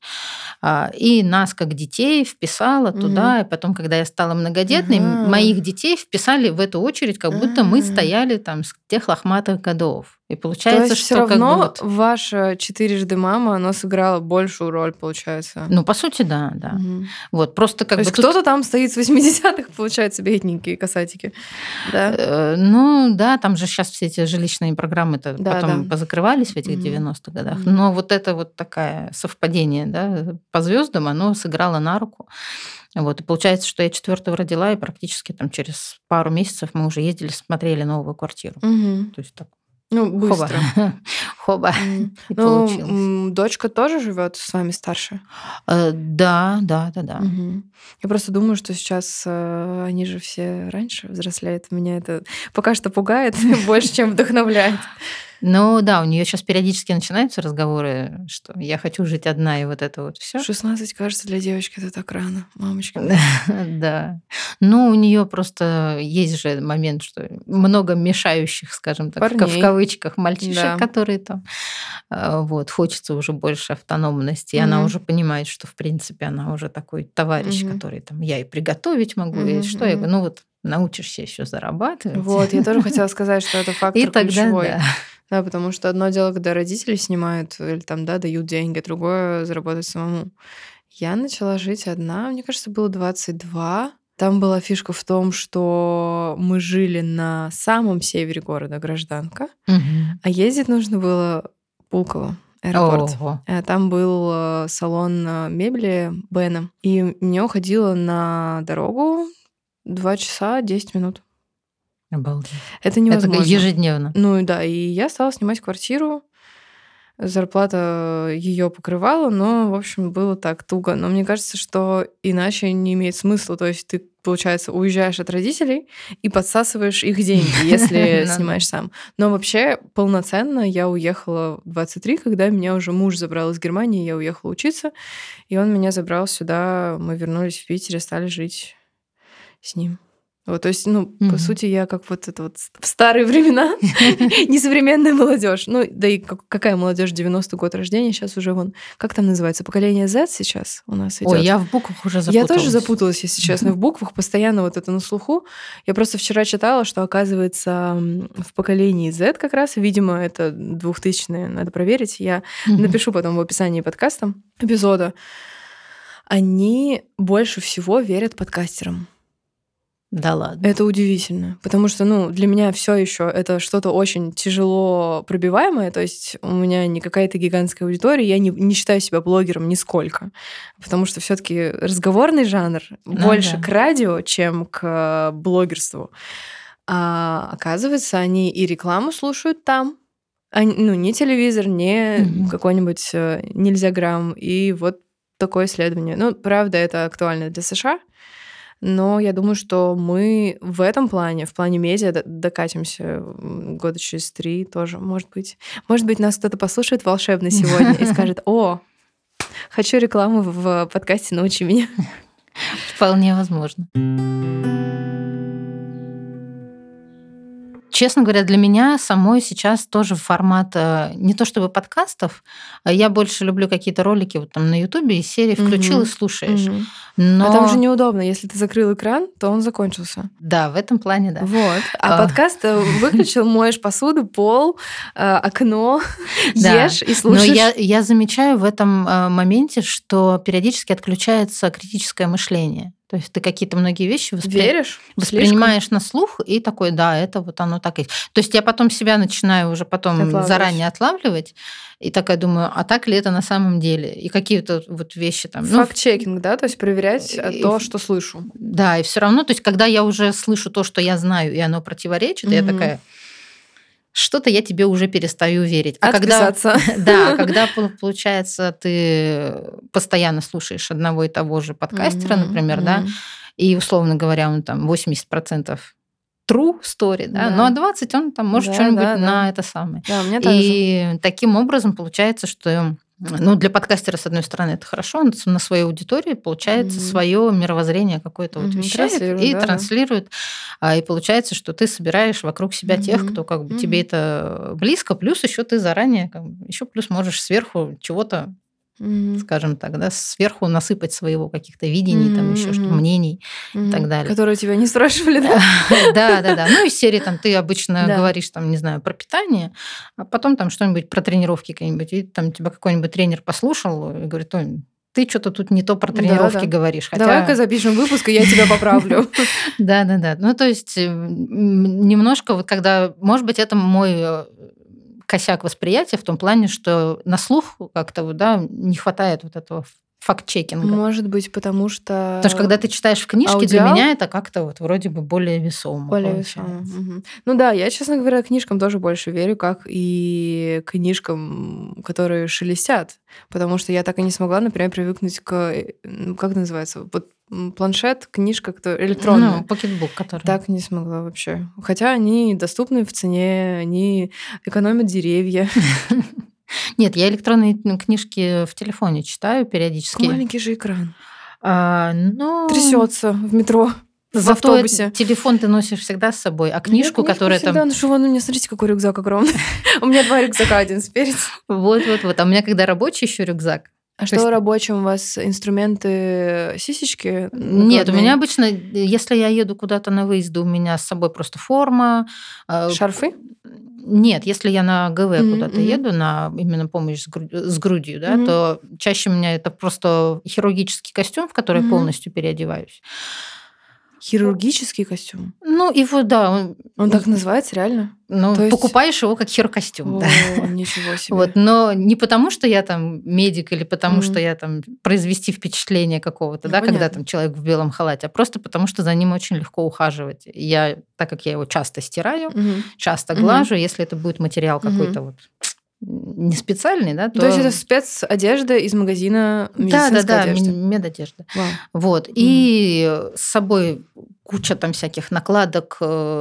и нас, как детей, вписала угу. туда. И потом, когда я стала многодетной, угу. моих детей вписали в эту очередь, как будто угу. мы стояли там с тех лохматых годов. И получается, То есть что все равно как бы вот... ваша четырежды мама, она сыграла большую роль, получается. Ну, по сути, да, да. Угу. Вот, просто как То бы есть тут... кто-то там стоит с восьмидесятых, получается, бедненькие косатики. Да? Э, ну, да, там же сейчас все эти жилищные программы-то да, потом да. позакрывались в этих угу. девяностых годах. Угу. Но вот это вот такое совпадение, да, по звездам, оно сыграло на руку. Вот, и получается, что я четвертого родила, и практически там через пару месяцев мы уже ездили, смотрели новую квартиру. Угу. То есть так. Ну, быстро. Хоба. Хоба. Mm. И ну, получилось. Дочка тоже живет с вами старше? Э, да, да, да, да. Угу. Я просто думаю, что сейчас э, они же все раньше взрослеют. Меня это пока что пугает больше, чем вдохновляет. Ну да, у нее сейчас периодически начинаются разговоры, что я хочу жить одна, и вот это вот все. шестнадцать, кажется, для девочки это так рано, мамочка. Да. Ну, у нее просто есть же момент, что много мешающих, скажем так, Парней. в кавычках, мальчишек, Да. которые там, вот, хочется уже больше автономности, и Мгм. она уже понимает, что, в принципе, она уже такой товарищ, Мгм. который там, я и приготовить могу, и Мгм, что, я мгм. говорю, ну вот, научишься еще зарабатывать. Вот, я тоже хотела сказать, что это фактор И тогда, ключевой. да. Да, потому что одно дело, когда родители снимают или там, да, дают деньги, другое заработать самому. Я начала жить одна, мне кажется, было двадцать два. Там была фишка в том, что мы жили на самом севере города, Гражданка, Мгм. а ездить нужно было Пулково, аэропорт. Ого. Э, Там был э, салон э, мебели Бена, и мне уходило на дорогу два часа десять минут. Обалдеть. Это Это невозможно. ежедневно. Ну и да, и я стала снимать квартиру. Зарплата ее покрывала, но, в общем, было так туго. Но мне кажется, что иначе не имеет смысла. То есть ты, получается, уезжаешь от родителей и подсасываешь их деньги, если Ну снимаешь сам. Но вообще полноценно я уехала в двадцать три, когда меня уже муж забрал из Германии, я уехала учиться, и он меня забрал сюда. Мы вернулись в Питер, стали жить с ним. Вот, то есть, ну, по Мгм. сути, я как вот это вот в старые времена, несовременная молодежь. Ну, да и как- какая молодежь, девяностый год рождения, сейчас уже вон, как там называется, поколение Z сейчас у нас идет. Ой, я в буквах уже Я запуталась. тоже запуталась, если честно, в буквах, постоянно вот это на слуху. Я просто вчера читала, что, оказывается, м, в поколении Z как раз, видимо, это двухтысячные, надо проверить, я Мгм. напишу потом в описании подкаста, эпизода, они больше всего верят подкастерам. Да ладно. Это удивительно, потому что, ну, для меня все еще это что-то очень тяжело пробиваемое, то есть у меня не какая-то гигантская аудитория, я не, не считаю себя блогером нисколько, потому что все таки разговорный жанр Ну больше да. к радио, чем к блогерству. А оказывается, они и рекламу слушают там, а, ну, не телевизор, не Мгм. какой-нибудь э, нельзяграм, и вот такое исследование. Ну, правда, это актуально для США, но я думаю, что мы в этом плане, в плане медиа д- докатимся м, года через три тоже, может быть. Может быть, нас кто-то послушает волшебно сегодня и скажет: «О, хочу рекламу в подкасте, научи меня». Вполне возможно. Честно говоря, для меня самой сейчас тоже формат не то чтобы подкастов, я больше люблю какие-то ролики вот там на Ютубе из серии «Включил Мгм. и слушаешь». Мгм. Но... А там же неудобно. Если ты закрыл экран, то он закончился. Да, в этом плане, да. Вот. А, А. подкаст э, выключил, моешь посуду, пол, э, окно, Да. ешь и Но слушаешь. я, я замечаю в этом э, моменте, что периодически отключается критическое мышление. То есть ты какие-то многие вещи воспри... Веришь? воспринимаешь на слух и такой, да, это вот оно так и есть. То есть я потом себя начинаю уже потом Отлавливаешь. заранее отлавливать и такая думаю, а так ли это на самом деле? И какие-то вот вещи там... ну, Факт-чекинг, да? То есть проверять э, И- то, что слышу. Да, и все равно, то есть когда я уже слышу то, что я знаю, и оно противоречит, я Мгм. такая, что-то я тебе уже перестаю верить. А когда, Отписаться. да, когда пол- получается ты постоянно слушаешь одного и того же подкастера, Мгм, например, да, мгм. и условно говоря, он там восемьдесят процентов true story, да, Да. ну а двадцать он там может Да, что-нибудь да, да. на это самое. Да, у меня так же. И таким образом получается, что ну, для подкастера, с одной стороны, это хорошо, он на своей аудитории, получается, Мгм. свое мировоззрение какое-то вот Мгм, вещает транслирует, и да, да. транслирует. А, И получается, что ты собираешь вокруг себя тех, Мгм, кто как бы мгм. тебе это близко, плюс еще ты заранее, как бы, еще плюс можешь сверху чего-то, Мгм. скажем так, да, сверху насыпать своего каких-то видений, там Мгм, еще что мгм. мнений и Мгм. так далее. Которые тебя не спрашивали, да? Да, да, да. Ну, из серии там ты обычно Да. говоришь, там, не знаю, про питание, а потом там что-нибудь про тренировки какие-нибудь, и там тебя какой-нибудь тренер послушал и говорит, ой, ты что-то тут не то про Да, тренировки да. говоришь. Хотя... Давай-ка запишем выпуск, и я тебя поправлю. Да, да, да. Ну, то есть э, м, немножко вот когда, может быть, это мой э, косяк восприятия в том плане, что на слух как-то вот, да, не хватает вот этого факт-чекинга. Может быть, потому что... Потому что когда ты читаешь в книжке, для аудиал меня это как-то вот вроде бы более весомо более получается. весомо. Мгм. Ну да, я, честно говоря, книжкам тоже больше верю, как и книжкам, которые шелестят. Потому что я так и не смогла, например, привыкнуть к... э, м, Как это называется? Вот м, планшет, книжка кто- Ну, электронная. покетбук, который... Так не смогла вообще. Хотя они доступны в цене, они экономят деревья. Нет, я электронные ну, книжки в телефоне читаю периодически. Маленький же экран. А, но Трясется в метро, в зато автобусе. телефон ты носишь всегда с собой, а Я книжку, книжку которая всегда там... ношу. Вон у меня, смотрите, какой рюкзак огромный. У меня два рюкзака, один спереди. Вот-вот-вот. А у меня когда рабочий еще рюкзак. А То что есть- рабочим у вас инструменты сисечки? Нет, у накладные? меня обычно, если я еду куда-то на выезды, у меня с собой просто форма. э, Шарфы? Нет, если я на ГВ Мгм, куда-то мгм. еду, на именно помощь с, гру- с грудью, да, Мгм. то чаще у меня это просто хирургический костюм, в который я Мгм. полностью переодеваюсь. Хирургический костюм. Ну, его, да, он, Он так называется, реально? ну, То есть- покупаешь его как хиркостюм, да. О, ничего себе. Вот, но не потому, что я там медик или потому, Мгм. что я там произвести впечатление какого-то, Ну, да, когда понятно. там человек в белом халате, а просто потому, что за ним очень легко ухаживать. И Я, так как я его часто стираю, Мгм. часто Мгм. глажу, если это будет материал Мгм. какой-то вот не специальный, да, то... То есть это спецодежда из магазина да, да, медицинской да, одежды. м- медодежда. Вау. Вот. И с собой куча там всяких накладок,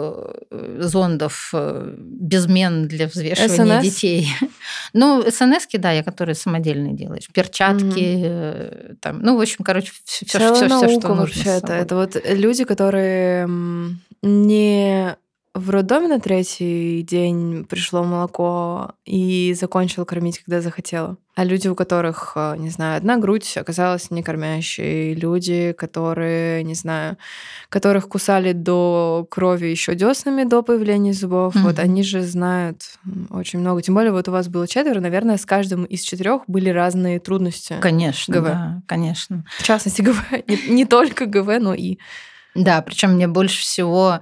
э, зондов, э, безмен для взвешивания СНС? детей. Ну, СНСки, да, я которые самодельные делаешь. Перчатки, э, там, ну, в общем, короче, все, Целая все, наука что нужно вообще с это. собой. Это вот люди, которые м, не в роддоме на третий день пришло молоко и закончила кормить, когда захотела. А люди, у которых, э, не знаю, одна грудь оказалась не кормящей. Люди, которые, не знаю, которых кусали до крови еще деснами до появления зубов. Вот Мгм. они же знают м, очень много. Тем более, вот у вас было четверо, наверное, с каждым из четырех были разные трудности. Конечно, ГВ. да, конечно. В частности, ГВ. Не, не только ГВ, но и. Да, причем мне больше всего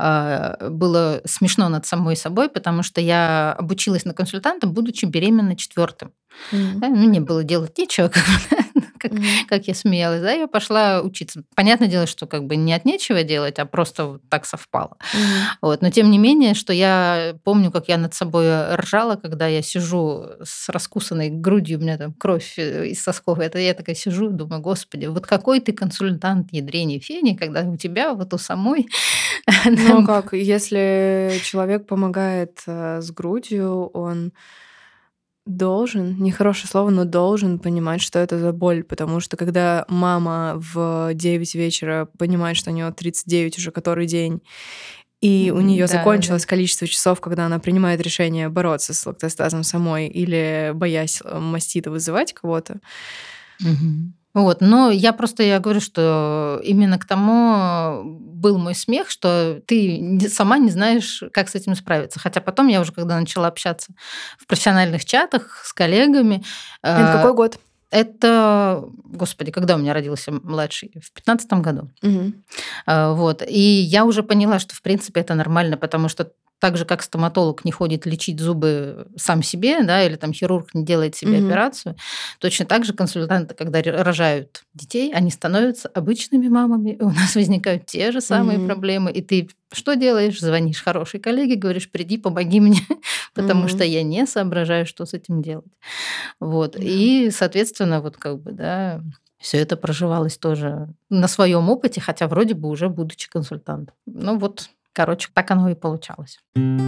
а, было смешно над самой собой, потому что я обучилась на консультанта, будучи беременна четвертым. Мгм. Да, ну, мне было делать нечего, как, бы, да, как, Мгм. как я смеялась, да, я пошла учиться. Понятное дело, что как бы не от нечего делать, а просто вот так совпало. Мгм. Вот. Но тем не менее, что я помню, как я над собой ржала, когда я сижу с раскусанной грудью, у меня там кровь э, из сосков. Это я такая сижу, думаю, господи, вот какой ты консультант ядрени фени, когда у тебя вот у самой... Ну а как, если человек помогает э, с грудью, он должен, нехорошее слово, но должен понимать, что это за боль, потому что когда мама в девять вечера понимает, что у нее тридцать девять уже который день, и у нее Да, закончилось да. количество часов, когда она принимает решение бороться с лактостазом самой или боясь мастита вызывать кого-то. Мгм. Вот, но я просто я говорю, что именно к тому был мой смех, что ты не- сама не знаешь, как с этим справиться. Хотя потом я уже, когда начала общаться в профессиональных чатах с коллегами, Это э, какой год? это, господи, когда у меня родился младший? В пятнадцатом году. Мгм. А, Вот. И я уже поняла, что, в принципе, это нормально, потому что так же, как стоматолог не ходит лечить зубы сам себе, да, или там хирург не делает себе Мгм. операцию, точно так же консультанты, когда р- рожают детей, они становятся обычными мамами, и у нас возникают те же самые Мгм. проблемы. И ты что делаешь? Звонишь хорошей коллеге, говоришь, приди, помоги мне, потому что Мгм. я не соображаю, что с этим делать. Вот. Да. И, соответственно, вот как бы, да, все это проживалось тоже на своем опыте, хотя вроде бы уже будучи консультантом. Ну вот, короче, так оно и получалось.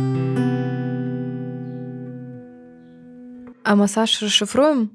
А массаж расшифруем?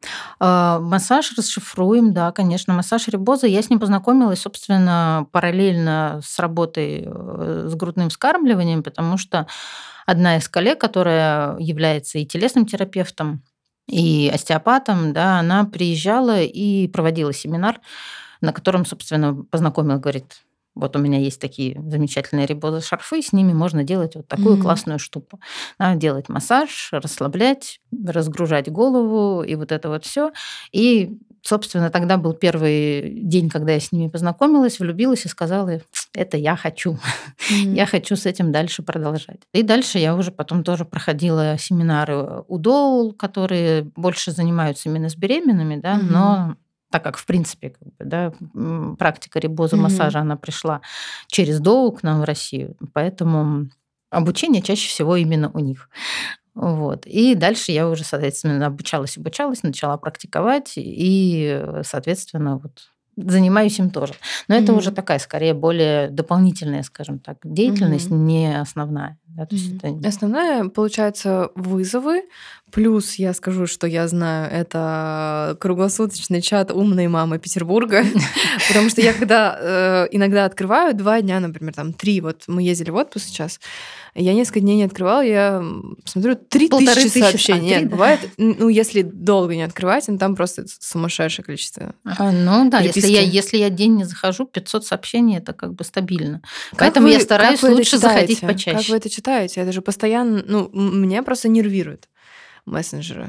А, Массаж расшифруем, да, конечно. Массаж рибоза. Я с ним познакомилась, собственно, параллельно с работой э, с грудным вскармливанием, потому что одна из коллег, которая является и телесным терапевтом, и остеопатом, да, она приезжала и проводила семинар, на котором, собственно, познакомила, говорит, вот у меня есть такие замечательные рибоза-шарфы, с ними можно делать вот такую Мгм. классную штуку. Да, делать массаж, расслаблять, разгружать голову и вот это вот все. И, собственно, тогда был первый день, когда я с ними познакомилась, влюбилась и сказала, это я хочу. Я Мгм. хочу с этим дальше продолжать. И дальше я уже потом тоже проходила семинары у Доул, которые больше занимаются именно с беременными, да, Мгм. но так как, в принципе, как бы, да, м, практика рибоза Мгм. массажа, она пришла через Доул к нам в Россию, поэтому обучение чаще всего именно у них. Вот. И дальше я уже, соответственно, обучалась, обучалась, начала практиковать и, соответственно, вот занимаюсь им тоже. Но это уже Мгм. такая, скорее, более дополнительная, скажем так, деятельность, Мгм. не основная. Да, то есть Мгм. это... Основная, получается, вызовы. Плюс я скажу, что я знаю, это круглосуточный чат умной мамы Петербурга. Потому что я когда э, иногда открываю два дня, например, там три, вот мы ездили в отпуск сейчас, я несколько дней не открывала, я м, смотрю, три Полторы тысячи тысячи, а, сообщений. три, Нет, да? бывает, н- ну, если долго не открывать, ну, там просто сумасшедшее количество А, Ну да, если я, переписки. если я день не захожу, пятьсот сообщений это как бы стабильно. Как Поэтому я вы, как стараюсь вы это лучше заходить читаете? Как почаще. вы это читаете? Это же постоянно, ну, м- меня просто нервирует мессенджеры.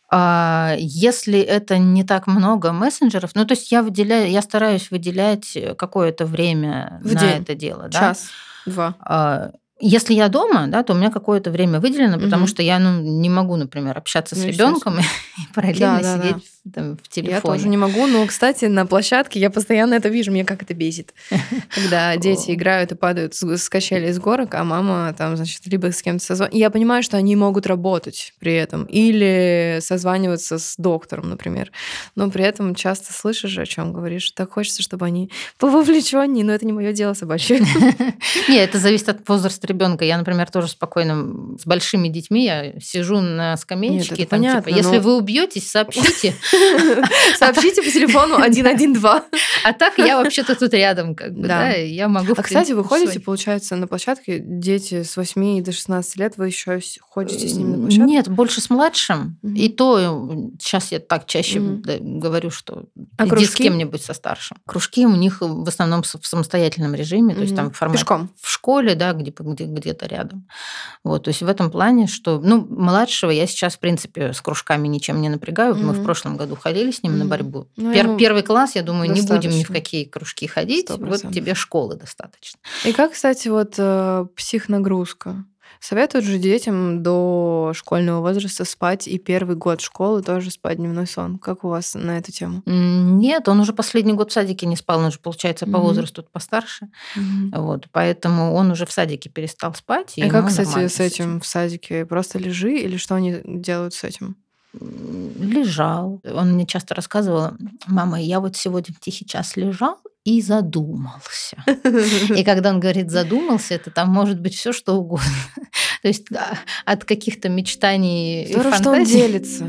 А, Если это не так много мессенджеров, ну то есть я выделяю, я стараюсь выделять э, какое-то время В на день. это дело, да. Час, два. А, Если я дома, да, то у меня какое-то время выделено, потому Мгм. что я ну, не могу, например, общаться с Ну, ребенком естественно. и параллельно Да, да, да. сидеть в, там, в Я тоже телефоне. не могу, но, кстати, на площадке я постоянно это вижу, мне как это бесит. Когда дети О, играют и падают с с качелей с горок, а мама там, значит, либо с кем-то созванивается. Я понимаю, что они могут работать при этом или созваниваться с доктором, например. Но при этом часто слышишь, о чем говоришь. Так хочется, чтобы они пововлеченнее, но это не мое дело собачье. Не, это зависит от возраста ребенка. Я, например, тоже спокойно с большими детьми я сижу на Нет, скамеечке, это и там типа, понятно, если но вы убьетесь, сообщите. сообщите по телефону один один два. А так я вообще-то тут рядом, как бы, Да. да, и я могу, в А, кстати, вы принципе, ходите, свой. получается, на площадке, дети с восьми до шестнадцати лет, вы еще ходите с ними на Э, площадку? Нет, больше с младшим. И Мгм. то сейчас я так чаще Мгм. да, говорю, что А иди с кружки? кем-нибудь со старшим. Кружки у них в основном с- в самостоятельном режиме, то есть там Мгм. в формате Пешком? в школе, да, где, где, где-то рядом. Вот, то есть в этом плане, что, ну, младшего я сейчас, в принципе, с кружками ничем не напрягаю. Мы в Мгм. прошлом году ходили с ним на Мгм. борьбу. Ну, Пер- ему первый класс, я думаю, не будем ни в достаточно. какие кружки ходить. Сто Вот процентов. тебе школы достаточно. И как, кстати, вот э, психнагрузка? Советуют же детям до школьного возраста спать и первый год школы тоже спать дневной сон. Как у вас на эту тему? М, Нет, он уже последний год в садике не спал, он уже, получается, по Мгм. возрасту постарше. Мгм. Вот, поэтому он уже в садике перестал спать, и А как, ему кстати, нормально с с этим. этим в садике? Просто лежи или что они делают с этим? М, Лежал. Он мне часто рассказывал, мама, я вот сегодня в тихий час лежал и задумался. И когда он говорит задумался, это там может быть все что угодно. То есть да, от каких-то мечтаний и Здорово, что он фантазий. делится.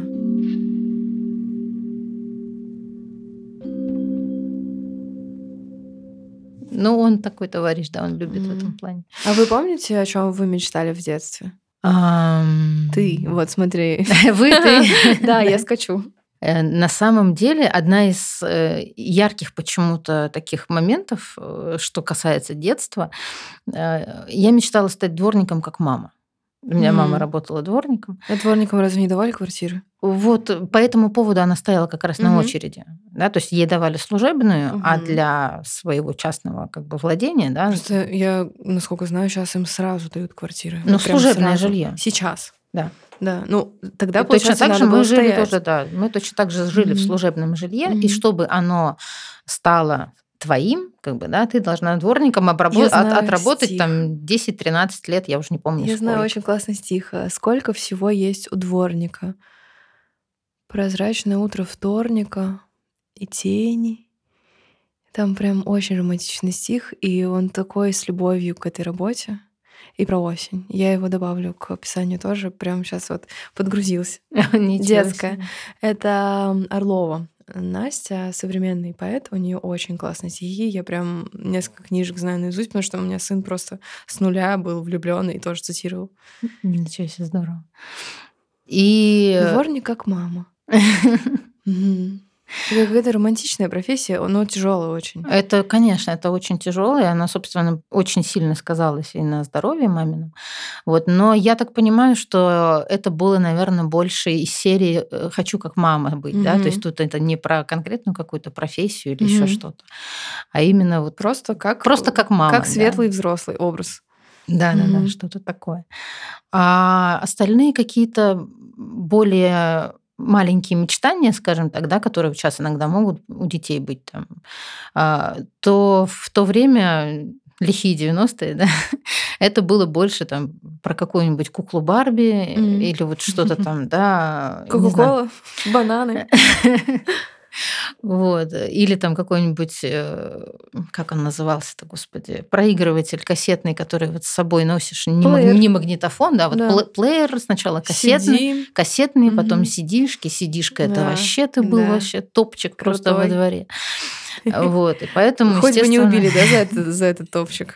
Ну, он такой товарищ, да, он любит в этом М. плане. А вы помните, о чем вы мечтали в детстве? Ам, Ты, вот смотри. Вы, ты. Да, я скачу. Э, На самом деле, одна из э, ярких почему-то таких моментов, э, что касается детства, э, я мечтала стать дворником, как мама. У меня мама М. работала дворником. А дворникам разве не давали квартиры? Вот э, по этому поводу она стояла как раз на Мгм. очереди. Да, то есть ей давали служебную, а Мгм. для своего частного как бы владения, да, Просто я, насколько знаю, сейчас им сразу дают квартиры. ну, Вот прям служебное сразу. жилье. Сейчас. Да. Да. Ну, тогда, И точно получается, так же надо было мы жили стоять. тоже, да, мы точно так же жили в Мгм. служебном жилье, и Мгм. чтобы оно стало твоим, как бы, да, ты должна дворником обрабо- Я от- знаю отработать стих. там десять-тринадцать лет, я уже не помню Я знаю сколько. очень классный стих. э, Сколько всего есть у дворника. Прозрачное утро вторника и тени. Там прям очень романтичный стих, и он такой с любовью к этой работе. И про осень. Я его добавлю к описанию тоже. Прям сейчас вот подгрузилась. Ничего Детская. себе. Это м, Орлова. Настя, современный поэт, у нее очень классные стихи. Я прям несколько книжек знаю наизусть, потому что у меня сын просто с нуля был влюблен и тоже цитировал. Ничего себе, здорово. И э, Дворник как мама. Мгм. Это какая-то романтичная профессия, но тяжелая очень. это, конечно, это очень тяжело, и она, собственно, очень сильно сказалась и на здоровье мамином. Вот. Но я так понимаю, что это было, наверное, больше из серии э, «хочу как мама быть». Да? То есть Мгм. тут это не про конкретную какую-то профессию или еще Мгм. что-то, а именно вот Просто как, просто как мама. как Да. светлый взрослый образ. Да, да, да, Мгм. что-то такое. А остальные какие-то более маленькие мечтания, скажем так, да, которые сейчас иногда могут у детей быть там, а, то в то время, лихие девяностые, да, это было больше там про какую-нибудь куклу Барби Мгм. или вот что-то там, да, не знаю. Кока-кола, бананы. Вот. Или там какой-нибудь, э, как он назывался-то, господи, проигрыватель кассетный, который вот с собой носишь, не, маг- Плеер. не магнитофон, да, вот Да. пле- плеер сначала кассетный, Сидим. кассетный, потом Мгм. сидишки, сидишка, это Да, вообще ты был да. вообще топчик просто во Крутой. дворе. Вот, и поэтому, Хоть бы не естественно... убили, да, за, это, за этот топчик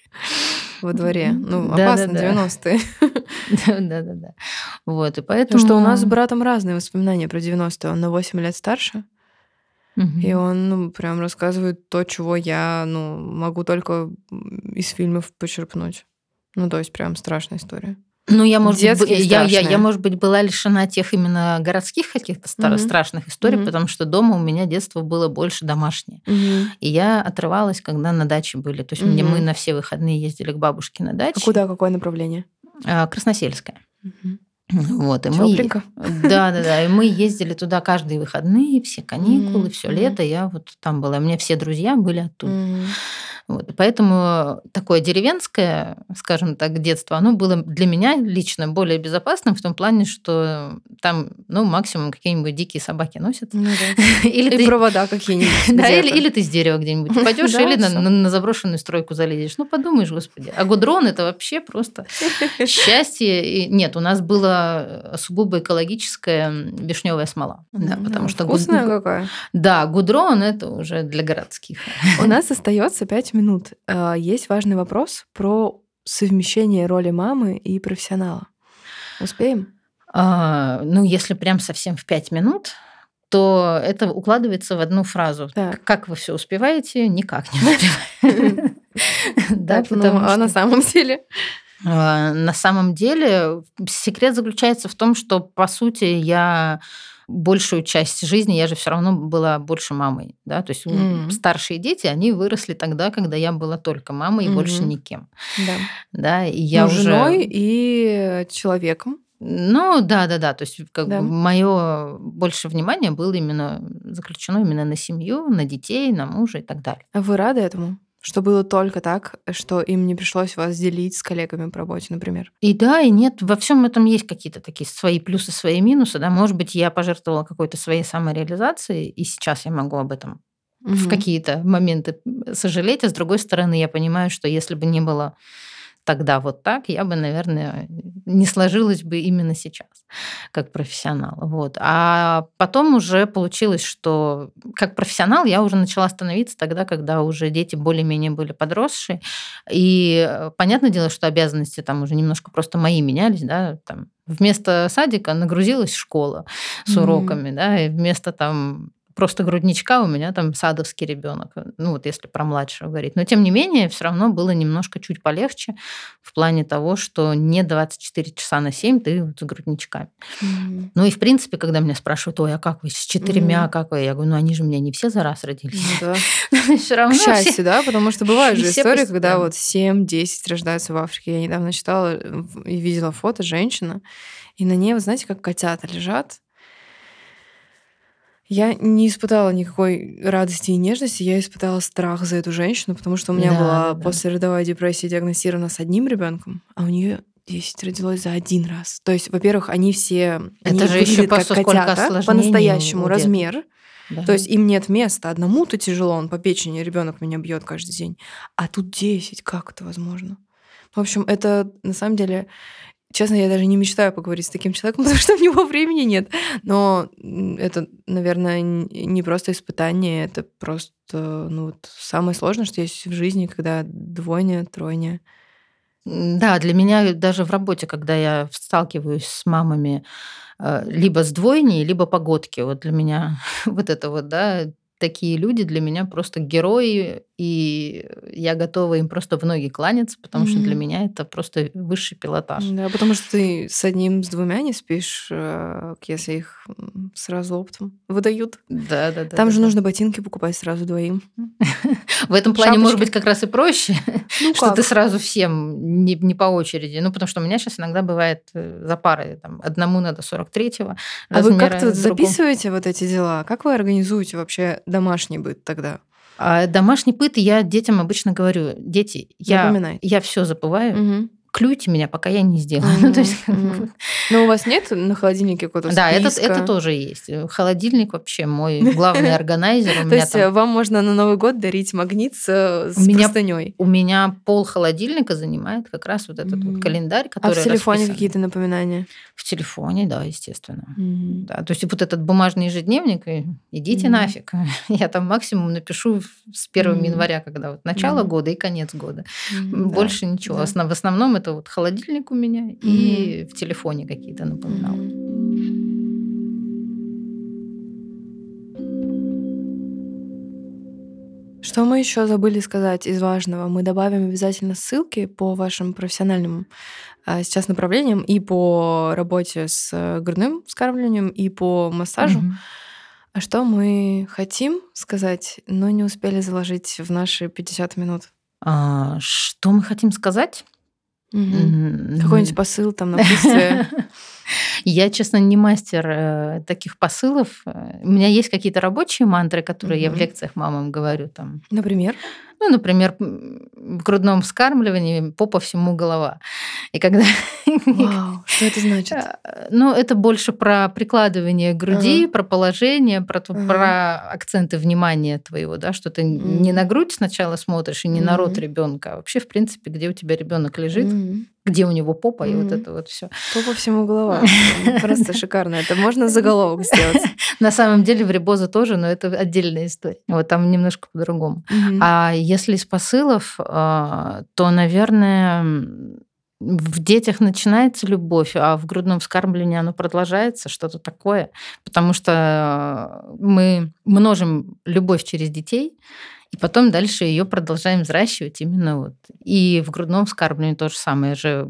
во дворе. Ну, опасно, Да-да-да. девяностые. Да-да-да. Вот, и Потому поэтому... что у нас с братом разные воспоминания про девяностые. Он на восемь лет старше, Мгм. и он ну, прям рассказывает то, чего я ну, могу только м, из фильмов почерпнуть. Ну, то есть прям страшная история. Ну, я, может быть, б- Детские я, я, я, страшные. может быть, была лишена тех именно городских каких-то стар- Мгм. страшных историй, Мгм. потому что дома у меня детство было больше домашнее. Мгм. И я отрывалась, когда на даче были. То есть мне, мы Мгм. на все выходные ездили к бабушке на А даче. куда, какое направление? а, Красносельская. Мгм. Вот, и мы... Тепленько. Да, да, да. И мы ездили туда каждые выходные, все каникулы, Мгм. все Мгм. лето. Я вот там была. У меня все друзья были оттуда. Мгм. Вот. И поэтому такое деревенское, скажем так, детство, оно было для меня лично более безопасным в том плане, что там, ну, максимум какие-нибудь дикие собаки носятся. Ну да. Или И ты... провода какие-нибудь Да, или, где-то. или ты с дерева где-нибудь упадешь, Да, или на, всё. на- на заброшенную стройку залезешь. Ну, подумаешь, господи. А гудрон это вообще просто счастье. И нет, у нас была сугубо экологическая вишневая смола. Да, Мгм. потому А, что гуд- Вкусная какая. да, гудрон это уже для городских. У нас остается пять минут. А, Есть важный вопрос про совмещение роли мамы и профессионала. Успеем? А, ну, если прям совсем в пять минут, то это укладывается в одну фразу. Так. Как вы все успеваете? Никак не успеваете. Да, Так, ну, потому а на что самом деле? а, на самом деле секрет заключается в том, что, по сути, я большую часть жизни, я же все равно была больше мамой. Да? То есть м, М. старшие дети, они выросли тогда, когда я была только мамой и больше Мгм. никем. Да. Да? И я Ну, уже... женой и человеком. Ну, да-да-да, то есть как Да. бы мое больше внимание было именно заключено именно на семью, на детей, на мужа и так далее. А вы рады этому? Что было только так, что им не пришлось вас делить с коллегами по работе, например? И да, и нет, во всем этом есть какие-то такие свои плюсы, свои минусы. Да? Может быть, я пожертвовала какой-то своей самореализацией, и сейчас я могу об этом в Мгм. какие-то моменты сожалеть, а с другой стороны, я понимаю, что если бы не было тогда вот так, я бы, наверное, не сложилась бы именно сейчас как профессионал. Вот. А потом уже получилось, что как профессионал я уже начала становиться тогда, когда уже дети более-менее были подросшие. И понятное дело, что обязанности там уже немножко просто мои менялись, да, там вместо садика нагрузилась школа с уроками, да, и вместо там просто грудничка у меня там садовский ребенок, ну вот если про младшего говорить. Но тем не менее, все равно было немножко чуть полегче в плане того, что не двадцать четыре часа на семь ты вот с грудничками. Мгм. Ну и в принципе, когда меня спрашивают, ой, а как вы с четырьмя, Мгм. как вы? Я говорю, ну они же у меня не все за раз родились. Ну да. Все К равно все, счастью, да, потому что бывают и же все истории, когда постепенно. вот семь-десять рождаются в Африке. Я недавно читала э, в- и видела фото женщины, и на ней, вы знаете, как котята лежат. Я не испытала никакой радости и нежности, я испытала страх за эту женщину, потому что у меня Да, была да, да. послеродовая депрессия диагностирована с одним ребенком, а у нее десять родилось за один раз. То есть, во-первых, они все, они Это же еще выглядят как просто сколько котята, осложнений по-настоящему у деток. размер. Да. То есть им нет места. Одному-то тяжело, он по печени, ребенок меня бьет каждый день. А тут десять, как это возможно? В общем, это на самом деле, честно, я даже не мечтаю поговорить с таким человеком, потому что у него времени нет. Но м, это, наверное, н- не просто испытание, это просто ну, вот самое сложное, что есть в жизни, когда двойня, тройня. М, Да, для меня даже в работе, когда я сталкиваюсь с мамами э, либо с двойней, либо погодки, вот для меня вот это вот, да, такие люди для меня просто герои, и я готова им просто в ноги кланяться, потому что для Мгм. меня это просто высший пилотаж. Да, потому что ты с одним, с двумя не спишь, э, если их м, сразу оптом выдают. Да, да, да, Там да, же да. нужно ботинки покупать сразу двоим. В этом плане, может быть, Шапочки. как раз и проще, Ну что ты как? сразу всем не, не по очереди. Ну, потому что у меня сейчас иногда бывает э, за парой. Там, одному надо сорок третьего А вы как-то размера, вот другому. записываете вот эти дела? Как вы организуете вообще домашний быт тогда? А домашний быт я детям обычно говорю: дети, я, Напоминайте. я все забываю, Мгм. клюйте меня, пока я не сделаю. Ну, то есть, Мгм. как бы, Мгм. Но у вас нет на холодильнике какого-то да, это, это списка? тоже есть. Э, Холодильник вообще мой главный органайзер. У То меня есть э, там вам можно на Новый год дарить магнит с, э, у с меня простыней? у меня пол холодильника занимает как раз вот этот вот Мгм. календарь, А в который телефоне расписанный. какие-то напоминания? В телефоне, да, естественно. Мгм. Да, то есть вот этот бумажный ежедневник, и идите Мгм. нафиг. Я там максимум напишу в- с первого Мгм. января, когда вот начало Мгм. года и конец года. Мгм. М, Да, Больше ничего. да. Основ- В основном это вот холодильник у меня Мгм. и в телефоне какие-то напоминалы. Мгм. Что мы еще забыли сказать из важного? Мы добавим обязательно ссылки по вашим профессиональным а, сейчас направлениям и по работе с э, грудным вскармливанием, и по массажу. Мгм. А что мы хотим сказать, но не успели заложить в наши пятьдесят минут? А, Что мы хотим сказать? Мгм. Какой-нибудь М, посыл, там, напутствие. Я, честно, не мастер э, таких посылов. Э, У меня есть какие-то рабочие мантры, которые я в Мгм. лекциях мамам говорю. Там, Например? ну, например, м, в грудном вскармливании попа всему голова. И когда Вау, что это значит? Э, ну, это больше про прикладывание к груди, Ага, про положение, про, тв- ага. про акценты внимания твоего, да, что ты не М, на грудь сначала смотришь и не на рот м, ребенка, а вообще, в принципе, где у тебя ребенок лежит, м, где у него попа, и вот м. это вот все. Попа всему голова. М, Просто шикарно. Это можно заголовок сделать. На самом деле в рибоза тоже, но это отдельная история. Вот там немножко по-другому. Мгм. А если из посылов, а, то, наверное, м, в детях начинается любовь, а в грудном вскармливании оно продолжается, что-то такое. Потому что мы множим любовь через детей, и потом дальше ее продолжаем взращивать именно вот. И в грудном вскармливании то же самое же.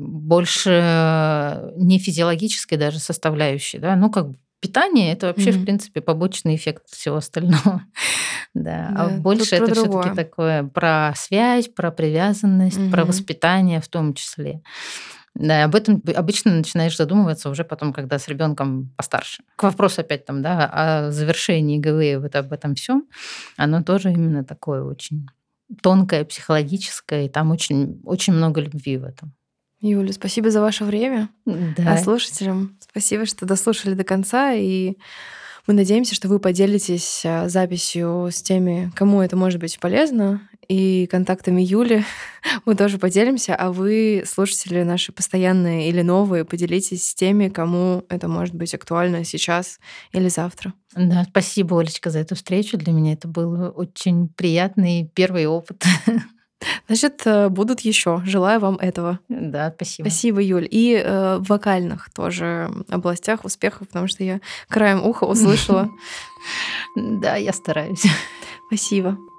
Больше не физиологической даже составляющей, да, ну как бы питание это вообще, в Мгм. принципе, побочный эффект всего остального. Да, а Да, тут больше про это все-таки другое. такое про связь, про привязанность, про Мгм. воспитание в том числе. Да, об этом б- обычно начинаешь задумываться уже потом, когда с ребенком постарше. К вопросу опять там, да, о завершении ГВ вот об этом всем, оно тоже именно такое очень тонкое, психологическое, и там очень, очень много любви в этом. Юля, спасибо за ваше время. А Да. слушателям спасибо, что дослушали до конца. И мы надеемся, что вы поделитесь а, записью с теми, кому это может быть полезно. и контактами Юли мы тоже поделимся, а вы, слушатели наши постоянные или новые, поделитесь с теми, кому это может быть актуально сейчас или завтра. Да, спасибо, Олечка, за эту встречу. Для меня это был очень приятный первый опыт. Значит, э, будут еще. Желаю вам этого. Да, спасибо. Спасибо, Юль. И э, в вокальных тоже областях успехов, потому что я краем уха услышала. Да, я стараюсь. Спасибо.